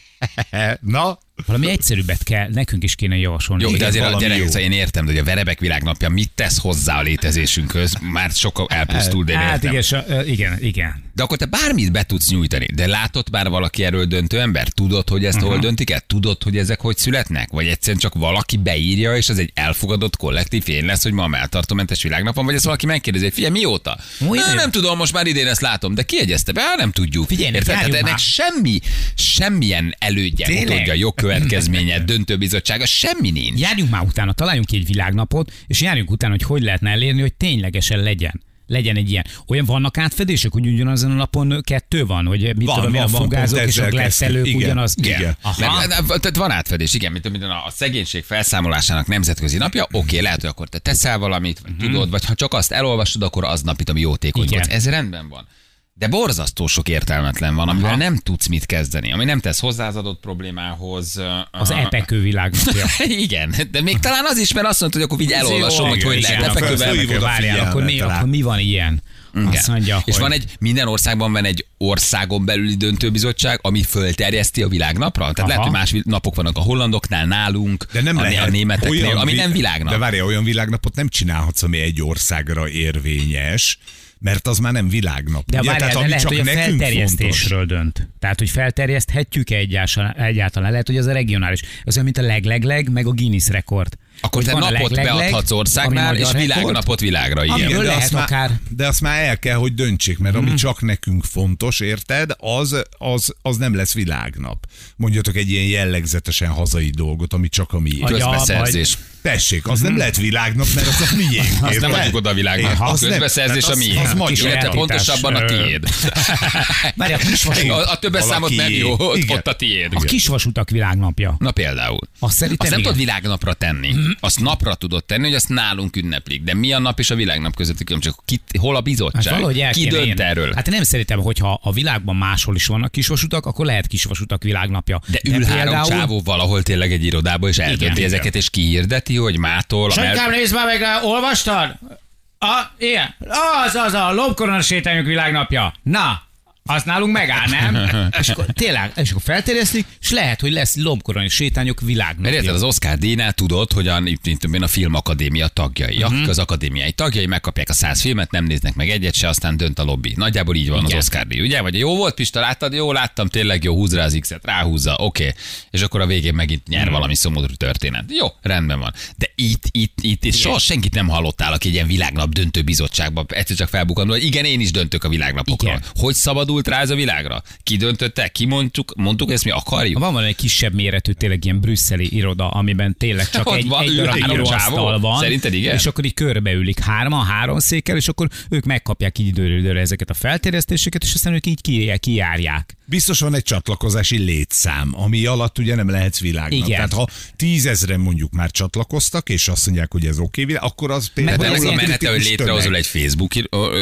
Speaker 3: Na?
Speaker 4: Valami egyszerűbbet kell, nekünk is kéne javasolni.
Speaker 2: Jó, de azért a gyerekek,
Speaker 3: jó.
Speaker 2: Én értem, hogy a verebek világnapja mit tesz hozzá a létezésünkhöz, már sokkal elpusztul, de én értem.
Speaker 4: Hát igen.
Speaker 2: De akkor te bármit be tudsz nyújtani. De látott már valaki erről döntő ember? Tudod, hogy ezt hol döntik el? Tudod, hogy ezek hogy születnek? Vagy egyszerűen csak valaki beírja, és az egy elfogadott kollektív fény lesz, hogy ma a melltartómentes világnapon, vagy ezt valaki megkérdezi, hogy figyelj, mióta? Nem tudom, most már idén ezt látom, de ki jegyezte be? Nem tudjuk.
Speaker 4: Figyelj,
Speaker 2: tehát ennek semmilyen elődje, utódja, jogkövetkezménye, döntőbizottsága, semmi nincs.
Speaker 4: Járjunk már utána, találjunk ki egy világnapot, és járjunk utána, hogy lehetne elérni, hogy ténylegesen legyen egy ilyen. Olyan vannak átfedések, hogy ugyanazon a napon 2 van, hogy mit tudom, a fungázók és a glettelők ugyanaz.
Speaker 2: Igen. Tehát van átfedés, igen, mint a szegénység felszámolásának nemzetközi napja, oké, lehet, hogy akkor te teszel valamit, vagy tudod, vagy ha csak azt elolvasod, akkor aznap, ami jótékonykodsz. Ez rendben van. De borzasztó sok értelmetlen van, amivel nem tudsz mit kezdeni, ami nem tesz hozzá az adott problémához.
Speaker 4: Az epekő világnapja.
Speaker 2: Igen, de még talán az is, mert azt mondta, hogy akkor így elolvasom, hogy lehet epekővel.
Speaker 4: Várjál, akkor mi van ilyen? Azt mondja,
Speaker 2: és
Speaker 4: hogy...
Speaker 2: minden országban van egy országon belüli döntőbizottság, ami fölterjeszti a világnapra. Tehát lehet, hogy más napok vannak a hollandoknál, nálunk,
Speaker 3: de nem lehet,
Speaker 2: a németeknél, ami nem világnap.
Speaker 3: De várjál, olyan világnapot nem csinálhatsz, ami egy országra érvényes, mert az már nem világnap.
Speaker 4: De
Speaker 3: ugye?
Speaker 4: várjál, de lehet, hogy a felterjesztésről dönt. Tehát, hogy felterjeszthetjük-e egyáltalán. Lehet, hogy az a regionális. Az olyan, mint a leg, meg a Guinness rekord.
Speaker 2: Akkor te napot beadhatsz országnál, és világnapot világra.
Speaker 4: Igen.
Speaker 3: De azt már el kell, hogy döntsék, mert ami csak nekünk fontos, érted, az nem lesz világnap. Mondjatok egy ilyen jellegzetesen hazai dolgot, ami csak a miénk.
Speaker 2: Közbeszerzés.
Speaker 3: Tessék, az nem lehet világnap, mert az a miénk.
Speaker 2: Azt nem adjuk oda a világnak. A közbeszerzés a miénk.
Speaker 3: Az magyar.
Speaker 2: Illetve pontosabban a tiéd. A többes számot nem jó, ott a tiéd.
Speaker 4: A kisvasutak világnapja.
Speaker 2: Na például. Azt nem tudod világnapra tenni. Azt napra tudod tenni, hogy azt nálunk ünneplik. De mi a nap és a világnap közötti különbség? Hol a bizottság?
Speaker 4: Hát
Speaker 2: ki dönt erről?
Speaker 4: Hát én nem szerintem, hogyha a világban máshol is vannak kisvasutak, akkor lehet kisvasutak világnapja.
Speaker 2: De ül három csávó valahol tényleg egy irodába, és eldönti ezeket, és kihirdeti, hogy mától...
Speaker 4: Sanyikám, nézd már meg, olvastad? Igen. Az a lombkorona sétányok világnapja. Na, azt nálunk megáll, nem? És akkor tényleg, és akkor felterjesztik, és lehet, hogy lesz lombkoroni sétányok világnapja.
Speaker 2: Mert érted, az Oscar díjnál tudod, hogy a Filmakadémia tagjai, akik az akadémiai tagjai megkapják a 100 filmet, nem néznek meg egyet se, aztán dönt a lobby. Nagyjából így van az Oscar díj, ugye? Vagy jó volt, Pista, láttad? Jó, láttam, tényleg jó, húz rá az X-et, ráhúzza, oké. És akkor a végén megint nyer valami szomorú történet. Jó, rendben van. De itt soha senkit nem hallottál, aki egy ilyen világnap döntő bizottságban egyszer csak felbukkanul, hogy igen, én is döntök a világnapokról. Hogy szabadult rá ez a világra? Ki döntötte? Ki mondtuk, ezt mi akarjuk?
Speaker 4: Van valami kisebb méretű, tényleg ilyen brüsszeli iroda, amiben tényleg csak egy darab íróasztal van.
Speaker 2: Szerinted igen?
Speaker 4: És akkor így körbeülik három székkel, és akkor ők megkapják így időről ezeket a felterjesztéseket, és aztán ők így kijárják.
Speaker 3: Biztos van egy csatlakozási létszám, ami alatt ugye nem lehetsz világnap.
Speaker 4: Igen.
Speaker 3: Tehát ha 10 000 mondjuk már csatlakoztak, és azt mondják, hogy ez oké, akkor az
Speaker 2: például... De a menete, hogy létrehozol egy Facebook,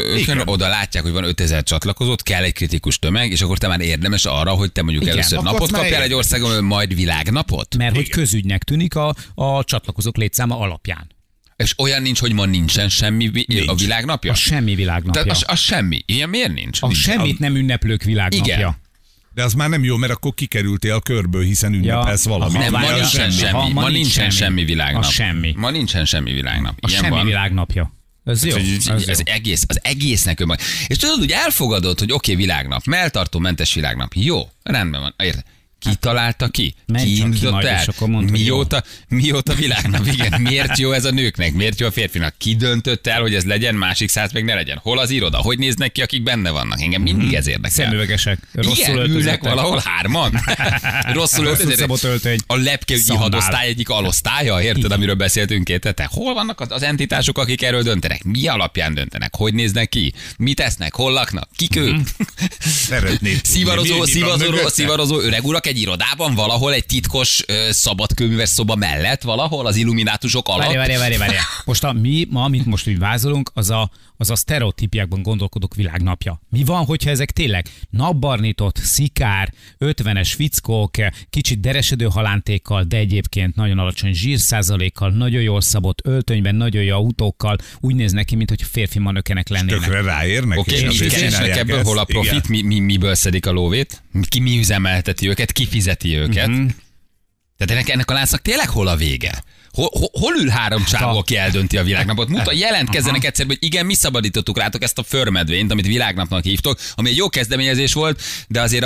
Speaker 2: oda látják, hogy van 5000 csatlakozót, kell egy kritikus tömeg, és akkor te már érdemes arra, hogy te mondjuk először napot kapjál egy országon, majd világnapot?
Speaker 4: Mert hogy közügynek tűnik a csatlakozók létszáma alapján.
Speaker 2: És olyan nincs, hogy ma nincsen semmi a világnapja?
Speaker 4: A semmi világnapja.
Speaker 2: Tehát az semmi. Ilyen miért nincs?
Speaker 4: A semmit nem ünneplők világnapja.
Speaker 2: Igen.
Speaker 3: De az már nem jó, mert akkor kikerültél a körből, hiszen ünnepelsz valamit.
Speaker 2: Nem, ma nincsen semmi. Ma nincsen semmi világnap. Ma nincsen semmi világnap.
Speaker 4: A semmi világnapja. Ez jó.
Speaker 2: Az egésznek önmagában. És tudod, hogy elfogadod, hogy oké, világnap, melltartó mentes világnap. Jó, rendben van. Érted? Ki találta ki?
Speaker 4: Menj
Speaker 2: Ki
Speaker 4: csak ki
Speaker 2: indított
Speaker 4: majd,
Speaker 2: el?
Speaker 4: és akkor mondd, hogy
Speaker 2: Mióta világnap? Igen, miért jó ez a nőknek? Miért jó a férfinak? Ki döntött el, hogy ez legyen, másik 100 meg ne legyen? Hol az iroda? Hogy néznek ki, akik benne vannak? Engem mindig ez érdekel.
Speaker 4: Szemüvegesek. Rosszul
Speaker 2: Igen, ülnek
Speaker 4: öltözöttek.
Speaker 2: valahol hárman. Rosszul
Speaker 4: Rosszul szabott
Speaker 2: öltözöttek.
Speaker 4: öltöny.
Speaker 2: A lepkeügyi
Speaker 4: Szandál.
Speaker 2: hadosztály egyik alosztálya, érted, amiről beszéltünk két hete? Hol vannak az entitások, akik erről döntenek? Mi alapján döntenek? Hogy néznek ki? Mit esznek? Hol laknak? Kik ők?
Speaker 3: Szeretnéd tudni,
Speaker 2: Szivarozó öreg urak egy irodában, valahol egy titkos szabadkőműves szoba mellett, valahol az illuminátusok alatt.
Speaker 4: Várj. Most amit most úgy vázolunk, az a sztereotípiákban gondolkodók világnapja. Mi van, hogyha ezek tényleg napbarnított, szikár, 50-es fickók, kicsit deresedő halántékkal, de egyébként nagyon alacsony zsírszázalékkal, nagyon jól szabott öltönyben, nagyon jó autókkal, úgy néznek ki, mintha férfi manökenek lennének.
Speaker 3: Tökre ráérnek.
Speaker 2: Oké,
Speaker 3: és
Speaker 2: mit
Speaker 3: azért
Speaker 2: keresnek
Speaker 3: csinálják
Speaker 2: ebből,
Speaker 3: ezt.
Speaker 2: hol a profit, miből szedik a lóvét, mi üzemelteti őket, ki fizeti őket. Tehát ennek a láncnak tényleg hol a vége? Hol ül három csávó, aki eldönti a világnapot? Jelentkezzenek egyszer, hogy igen, mi szabadítottuk rátok ezt a förmedvényt, amit világnapnak hívtok, ami egy jó kezdeményezés volt, de azért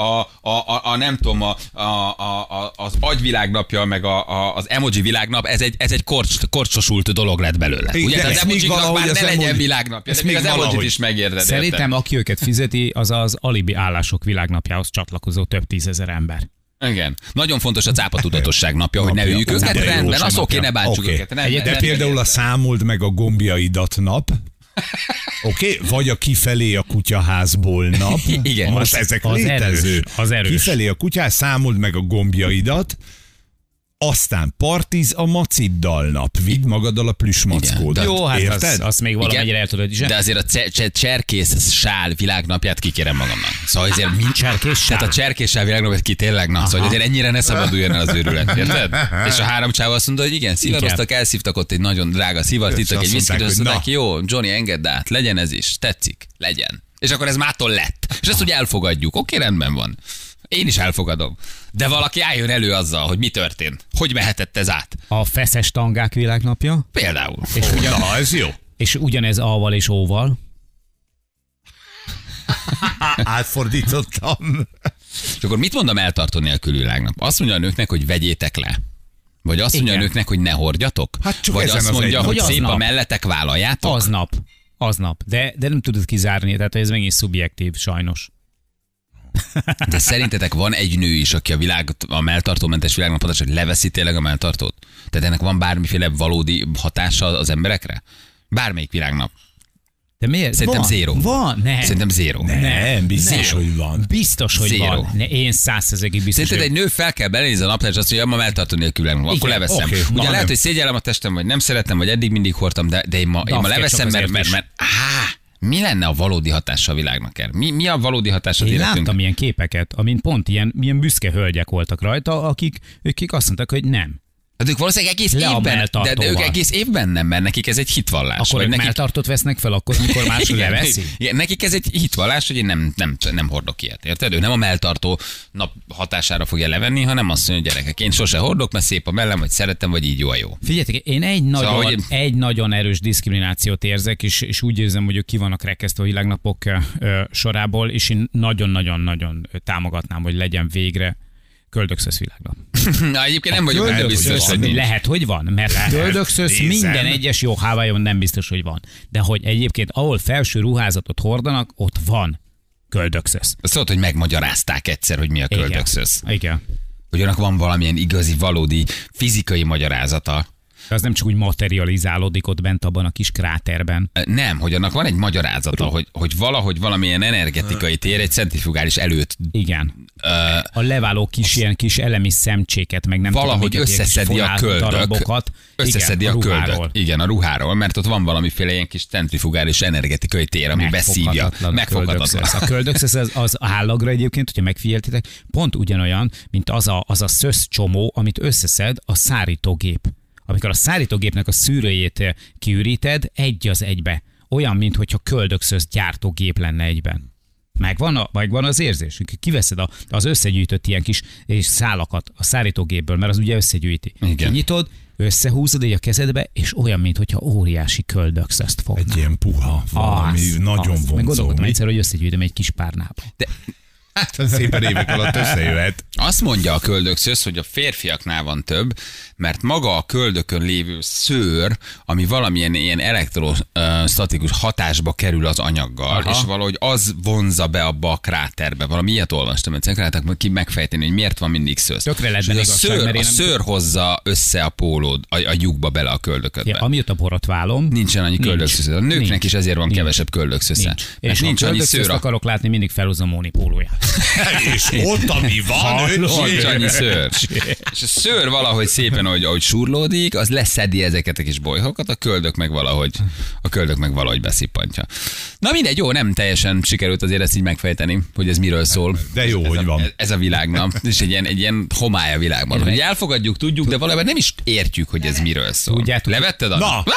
Speaker 2: nem tudom, az agyvilágnapja, meg az emoji világnap, ez egy korcsosult dolog lett belőle.
Speaker 3: Igen,
Speaker 2: Ugye,
Speaker 3: de
Speaker 2: az
Speaker 3: ezt még
Speaker 2: emojiknak
Speaker 3: valahogy
Speaker 2: már
Speaker 3: az
Speaker 2: ne legyen
Speaker 3: emoji-
Speaker 2: világnapja, de
Speaker 3: ezt
Speaker 2: még
Speaker 3: még
Speaker 2: az emojit
Speaker 3: valahogy-
Speaker 2: is megérded.
Speaker 4: Szerintem, aki őket fizeti, az az alibi állások világnapjához csatlakozó több tízezer ember.
Speaker 2: Igen. Nagyon fontos a cápatudatosság napja, hogy ne üljük őket,
Speaker 3: De jó,
Speaker 2: rendben, az
Speaker 3: napja.
Speaker 2: oké, ne bántsuk
Speaker 3: Oké.
Speaker 2: őket. Nem,
Speaker 3: De például a számold meg a gombjaidat nap, oké? Vagy a kifelé a kutyaházból nap.
Speaker 2: Igen.
Speaker 3: Most
Speaker 4: Az-
Speaker 3: ezek
Speaker 4: az
Speaker 3: létező.
Speaker 4: erős, az erős.
Speaker 3: Kifelé a kutyához, számold meg a gombjaidat, aztán partiz a maciddal nap. Vidd magaddal a plüsmackódat.
Speaker 4: Jó, hát
Speaker 3: Érted?
Speaker 4: azt még valamennyire el tudod is.
Speaker 2: De azért a cserkész sál világnapját kikérem magamnak. Szóval azért mind
Speaker 4: Cserkész sál?
Speaker 2: Tehát a cserkész sál világnapját ki tényleg, na, szóval azért ennyire ne szabaduljon el az őrület, érted? És a három csáva azt mondta, hogy igen, szivaroztak, elszívtak ott egy nagyon drága szivart, ittak
Speaker 3: azt
Speaker 2: egy viszkit,
Speaker 3: mondták,
Speaker 2: azt
Speaker 3: hogy
Speaker 2: mondták, jó, Johnny, engedd át, legyen ez is, tetszik, legyen. És akkor ez mától lett. És ezt úgy elfogadjuk, oké, rendben van. Én is elfogadom. De valaki álljon elő azzal, hogy mi történt. Hogy mehetett ez át?
Speaker 4: A feszes tangák világnapja,
Speaker 2: Például.
Speaker 4: és,
Speaker 3: Na, ez jó.
Speaker 4: és ugyanez A-val és O-val.
Speaker 3: Átfordítottam.
Speaker 2: És akkor mit mondom eltartó nélkül világnap? Azt mondja a nőknek, hogy vegyétek le. Vagy azt mondja a
Speaker 4: Igen.
Speaker 2: nőknek, hogy ne hordjatok?
Speaker 3: Hát csak
Speaker 2: vagy
Speaker 3: ezen
Speaker 2: azt
Speaker 3: az
Speaker 2: mondja,
Speaker 3: egy
Speaker 2: hogy
Speaker 4: nap.
Speaker 2: szép a
Speaker 4: Aznap.
Speaker 2: melletek, vállaljátok?
Speaker 4: Aznap. De nem tudod kizárni, tehát ez megint szubjektív, sajnos.
Speaker 2: De szerintetek van egy nő is, aki a melltartómentes világnapot, hogy leveszi tényleg a melltartót? Tehát ennek van bármiféle valódi hatása az emberekre? Bármelyik világnap.
Speaker 4: De miért?
Speaker 2: Szerintem zéro.
Speaker 4: Van, nem.
Speaker 2: Szerintem zéro.
Speaker 3: Nem, biztos,
Speaker 4: Nem.
Speaker 3: hogy van.
Speaker 4: Biztos, hogy
Speaker 2: Zéro.
Speaker 4: van. Én 100%-ig biztos,
Speaker 2: Szerinted
Speaker 4: hogy
Speaker 2: egy nő fel kell belenézni a naptárra, és azt mondja, ma melltartó nélkül világnap, akkor
Speaker 4: Igen,
Speaker 2: leveszem.
Speaker 3: oké,
Speaker 2: Ugye
Speaker 3: na,
Speaker 2: lehet,
Speaker 3: nem.
Speaker 2: hogy szégyellem a testem, vagy nem szeretem, vagy eddig mindig hordtam, de én ma leveszem,
Speaker 4: azért
Speaker 2: mert
Speaker 4: is.
Speaker 2: mi lenne a valódi hatása a világnak erre? Mi a valódi hatása az
Speaker 4: Én
Speaker 2: életünknek?
Speaker 4: láttam ilyen képeket, amin pont ilyen büszke hölgyek voltak rajta, akik azt mondták, hogy nem.
Speaker 2: Hát ők valószínűleg egész
Speaker 4: Le a
Speaker 2: évben, de
Speaker 4: melltartóval.
Speaker 2: ők egész évben nem, mert nekik ez egy hitvallás.
Speaker 4: Akkor
Speaker 2: vagy
Speaker 4: ők
Speaker 2: nekik,
Speaker 4: melltartót vesznek fel, akkor, mikor más
Speaker 2: igen,
Speaker 4: leveszi?
Speaker 2: igen, nekik ez egy hitvallás, hogy én nem hordok ilyet, érted? Ő nem a melltartó nap hatására fogja levenni, hanem azt mondja, hogy gyerekek, én sose hordok, mert szép a mellem, vagy szeretem, vagy így jó a jó.
Speaker 4: Figyeljetek, én egy nagyon erős diszkriminációt érzek, és úgy érzem, hogy ők ki vannak rekesztve a világnapok sorából, és én nagyon-nagyon-nagyon támogatnám, hogy legyen végre köldökszösz világnap.
Speaker 2: Na, egyébként nem vagyok benne biztos, hogy nincs.
Speaker 4: Lehet, hogy van, mert köldökszösz
Speaker 3: Nézem.
Speaker 4: minden egyes jó Hawaiion nem biztos, hogy van. De hogy egyébként ahol felső ruházatot hordanak, ott van köldökszösz.
Speaker 2: Azt tudod, hogy megmagyarázták egyszer, hogy mi a köldökszösz.
Speaker 4: Igen.
Speaker 2: Hogy annak van valamilyen igazi, valódi fizikai magyarázata.
Speaker 4: Az nem csak úgy materializálódik ott bent abban a kis kráterben.
Speaker 2: Nem, hogy annak van egy magyarázata, hogy valahogy valamilyen energetikai tér egy centrifugális előtt
Speaker 4: Igen. A leváló ilyen kis elemi szemcséket, meg nem
Speaker 2: valahogy
Speaker 4: tudom, miket, ilyen kis
Speaker 2: összeszedi a
Speaker 4: fonál
Speaker 2: köldök.
Speaker 4: darabokat.
Speaker 2: Összeszedi
Speaker 4: Igen,
Speaker 2: a
Speaker 4: ruháról.
Speaker 2: köldök. Igen, a ruháról, mert ott van valamiféle ilyen kis centrifugális energetikai tér, ami beszívja. Megfoghatatlan.
Speaker 4: A köldökszösz az állagra egyébként, hogyha megfigyeltétek, pont ugyanolyan, mint az a szösz csomó, amit összeszed a szárítógép. Amikor a szárítógépnek a szűrőjét kiüríted, egy az egybe. Olyan, mintha köldökszösz gyártógép lenne egyben. Megvan az érzés? Kiveszed az összegyűjtött ilyen kis szálakat a szárítógépből, mert az ugye összegyűjti.
Speaker 2: Igen.
Speaker 4: Kinyitod, összehúzod egy a kezedbe, és olyan, mintha óriási köldökszözt fognál.
Speaker 3: Egy ilyen puha, valami nagyon
Speaker 4: Meg
Speaker 3: vonzó.
Speaker 4: gondolkodtam
Speaker 3: mi?
Speaker 4: egyszer, hogy összegyűjtöm egy kis párnába.
Speaker 2: De
Speaker 3: Hát szépen évek alatt összejöhet.
Speaker 2: Azt mondja a köldökszösz, hogy a férfiaknál van több, mert maga a köldökön lévő szőr, ami valamilyen ilyen elektrostatikus hatásba kerül az anyaggal, és valahogy az vonza be abba a kráterbe. Valami ilyet olvastam, hogy szeretek ki megfejteni, hogy miért van mindig szősz.
Speaker 4: Tökre lehet benne
Speaker 2: A szőr hozza össze a pólód, a lyukba bele a köldöködbe.
Speaker 4: Ja, amiatt a borotválom.
Speaker 2: Nincsen annyi köldökszösz. A nőknek
Speaker 4: Nincs.
Speaker 2: is ezért van kevesebb köldökszösze.
Speaker 4: És
Speaker 2: Nincs annyi szőr.
Speaker 4: akarok látni, mindig felhozom Móni pólóját.
Speaker 3: És ott, ami van,
Speaker 2: Nincs annyi szőr. És a szőr valahogy szépen, ahogy surlódik, az leszedi ezeket a kis bolyhokat, a köldök meg valahogy beszippantja. Na mindegy, jó, nem teljesen sikerült azért ezt így megfejteni, hogy ez miről szól.
Speaker 3: De jó, hogy van.
Speaker 2: Ez a világnak. És egy ilyen homály a világban. Hogy elfogadjuk, tudjuk, de valójában nem is értjük, hogy ez miről szól.
Speaker 4: Tudjátok.
Speaker 2: Levetted a...
Speaker 3: Na!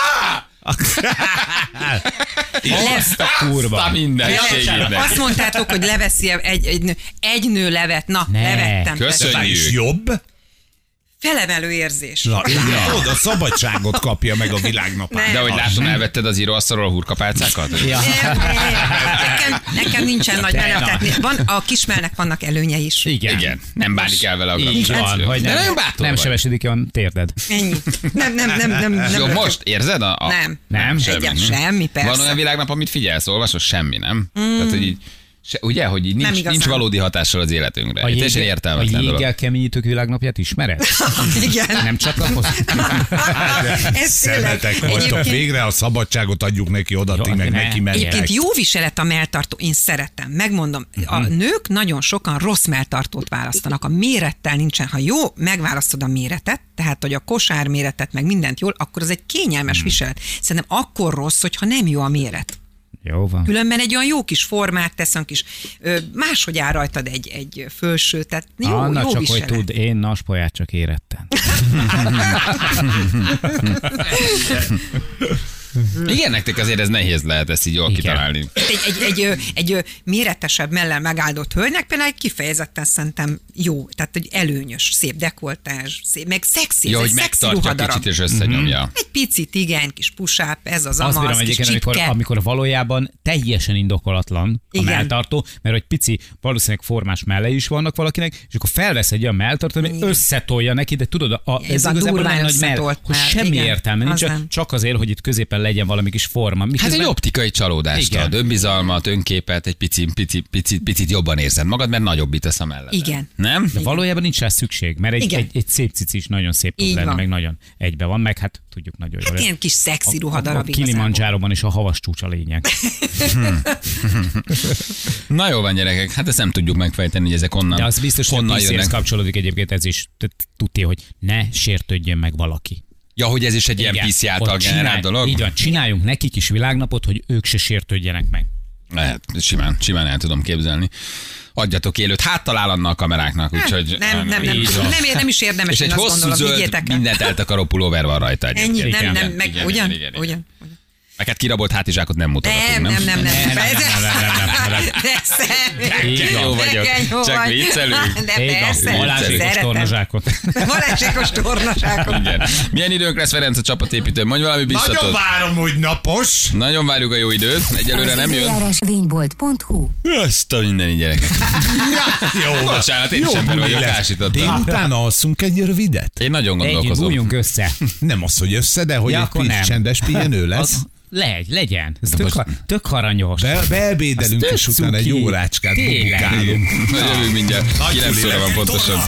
Speaker 4: Ezt a kurva.
Speaker 5: Azt mondtátok, hogy leveszi egy nő levet. Na,
Speaker 4: Ne.
Speaker 5: levettem.
Speaker 2: Köszönjük.
Speaker 3: És jobb?
Speaker 5: Felemelő érzés.
Speaker 3: Na, oda szabadságot kapja meg a világnapán.
Speaker 2: De hogy látom, elvetted az íróasztalról a hurkapálcákat?
Speaker 4: Ja.
Speaker 5: Nekem nincsen nagy meleg. A kismelnek vannak előnyei is.
Speaker 2: Igen. Nem bánik el vele a
Speaker 4: Így van,
Speaker 2: gravitáció.
Speaker 4: hogy
Speaker 2: De
Speaker 4: nem,
Speaker 2: nagyon bátor
Speaker 4: nem
Speaker 2: vagy.
Speaker 4: sebesedik a térded.
Speaker 5: Ennyi. Nem.
Speaker 2: Jó, most érzed?
Speaker 5: Nem. Semmi, persze.
Speaker 2: Van olyan világnap, amit figyelsz, olvasol, semmi, nem? Tehát, hogy így, ugye, hogy így nincs valódi hatással az életünkre. Teljesen
Speaker 4: A
Speaker 2: értelmetlen dolog.
Speaker 4: jéggel keményítők világnapját ismered?
Speaker 5: Igen.
Speaker 4: Nem csatlakozol?
Speaker 5: Ez tényleg.
Speaker 3: Szemetek vagytok, végre a szabadságot adjuk neki, oda ti meg
Speaker 4: ne.
Speaker 3: neki mentek.
Speaker 5: Egyébként jó viselet a melltartó, én szeretem, megmondom. A nők nagyon sokan rossz melltartót választanak. A mérettel nincsen. Ha jó, megválasztod a méretet, tehát hogy a kosár méretet, meg mindent jól, akkor az egy kényelmes viselet. Szerintem akkor rossz, hogyha nem jó a méret.
Speaker 4: Jó van.
Speaker 5: Különben egy olyan jó kis formát tesz, olyan kis, máshogy áll rajtad egy fölső, tehát jó,
Speaker 4: Anna
Speaker 5: jó
Speaker 4: csak,
Speaker 5: viselet.
Speaker 4: hogy tud, én naspaját csak érettem.
Speaker 2: Igen, nektek azért ez nehéz lehet ezt így jól
Speaker 4: Igen.
Speaker 2: kitalálni.
Speaker 5: Egy méretesebb mellel megáldott hölgynek például kifejezetten szerintem jó, tehát egy előnyös, szép dekoltás, szép, meg szexi,
Speaker 2: Ja,
Speaker 5: ez
Speaker 2: hogy
Speaker 5: egy szexi
Speaker 2: megtartja
Speaker 5: ruhadarab.
Speaker 2: kicsit és összenyomja.
Speaker 5: Egy picit, igen, kis push-up, ez az
Speaker 4: Azt bírom
Speaker 5: amaz, kis
Speaker 4: egyébként,
Speaker 5: csipke.
Speaker 4: amikor valójában teljesen indokolatlan a
Speaker 5: Igen.
Speaker 4: melltartó, mert hogy pici, valószínűleg formás mellei is vannak valakinek, és akkor felvesz egy olyan melltartót, ami összetolja neki, de tudod,
Speaker 5: Ez
Speaker 4: ez
Speaker 5: a
Speaker 4: igazából
Speaker 5: durván
Speaker 4: nem nagy mell,
Speaker 5: összetolt
Speaker 4: hogy
Speaker 5: mell,
Speaker 4: semmi
Speaker 5: igen,
Speaker 4: értelme nincs,
Speaker 5: az nem.
Speaker 4: csak azért, hogy itt középen legyen valami kis forma.
Speaker 2: Hát
Speaker 4: Miközben
Speaker 2: egy optikai csalódást
Speaker 4: Igen.
Speaker 2: ad, önbizalmat, önképet, egy picit jobban érzed magad, mert nagyobbítasz a mellett.
Speaker 5: Igen.
Speaker 2: Nem?
Speaker 4: de valójában nincs rá szükség, mert
Speaker 5: Igen.
Speaker 4: egy szép cici is nagyon szép tud
Speaker 5: Így
Speaker 4: lenni,
Speaker 5: van.
Speaker 4: meg nagyon egybe van, meg hát tudjuk nagyon jól.
Speaker 5: Hát ilyen kis szexi
Speaker 4: A
Speaker 5: ruhadarab igazából.
Speaker 4: Kilimanjáróban is a havas csúcs a lényeg.
Speaker 2: Na jó van, gyerekek, hát ezt nem tudjuk megfejteni, hogy ezek onnan,
Speaker 4: De az biztos, hogy a
Speaker 2: honnan
Speaker 4: PC-hez
Speaker 2: jönnek.
Speaker 4: kapcsolódik egyébként ez is. Tudja, hogy ne sértődjön meg valaki.
Speaker 2: Ja, hogy ez is egy ilyen
Speaker 4: Igen.
Speaker 2: PC által
Speaker 4: Ott
Speaker 2: generált dolog?
Speaker 4: Így van, csináljunk nekik is világnapot, hogy ők se sértődjenek meg.
Speaker 2: Lehet, simán el tudom képzelni. Adjatok élőt, háttal áll a kameráknak, úgyhogy...
Speaker 4: így van.
Speaker 5: Nem is érdemes,
Speaker 2: És
Speaker 5: én
Speaker 2: egy
Speaker 5: azt
Speaker 2: hosszú
Speaker 5: gondolom,
Speaker 2: zöld,
Speaker 5: vigyétek el.
Speaker 2: mindent eltakaró pulóver van rajta egyébként.
Speaker 5: Ennyi,
Speaker 4: Igen.
Speaker 5: nem, meg
Speaker 2: Igen,
Speaker 5: ugyan?
Speaker 2: igen.
Speaker 5: Ugyan?
Speaker 2: Meg hát kirabolt hátizsákot nem mutathatunk,
Speaker 5: Nem.
Speaker 4: Nem.
Speaker 2: Jó vagyok, csak viccelünk.
Speaker 5: De
Speaker 4: Így van,
Speaker 5: persze,
Speaker 4: malázsékos
Speaker 5: szeretem.
Speaker 4: tornazsákot.
Speaker 5: Malázsékos tornazsákot.
Speaker 2: Igen. Milyen időnk lesz, Ferenc, a csapatépítő? Mondj valami biztatot.
Speaker 3: Nagyon várom, hogy napos.
Speaker 2: Nagyon várjuk a jó időt. Egyelőre nem jön.
Speaker 6: Időjárásvénybolt.hu.
Speaker 2: Ezt a mindeni gyerekek.
Speaker 3: Jó,
Speaker 2: Bocsánat, én is ember vagyok, ásítottam.
Speaker 3: Délután alszunk egy rövidet?
Speaker 2: Én nagyon
Speaker 4: Együtt
Speaker 2: gondolkozom.
Speaker 4: bújjunk össze.
Speaker 3: Nem az, hogy össze, de hogy
Speaker 4: Ja,
Speaker 3: egy
Speaker 4: akkor
Speaker 3: kis
Speaker 4: nem.
Speaker 3: csendes pihenő lesz.
Speaker 4: Legyen. Ez
Speaker 2: most-
Speaker 4: tök aranyos.
Speaker 3: Beebédelünk,
Speaker 4: Az
Speaker 3: és
Speaker 4: tök
Speaker 3: utána egy
Speaker 4: cuki.
Speaker 3: órácskát
Speaker 4: Tényleg.
Speaker 3: bubukálunk.
Speaker 2: Jövünk mindjárt.
Speaker 3: Nagy
Speaker 2: 9 óra van
Speaker 3: szület.
Speaker 2: pontosan.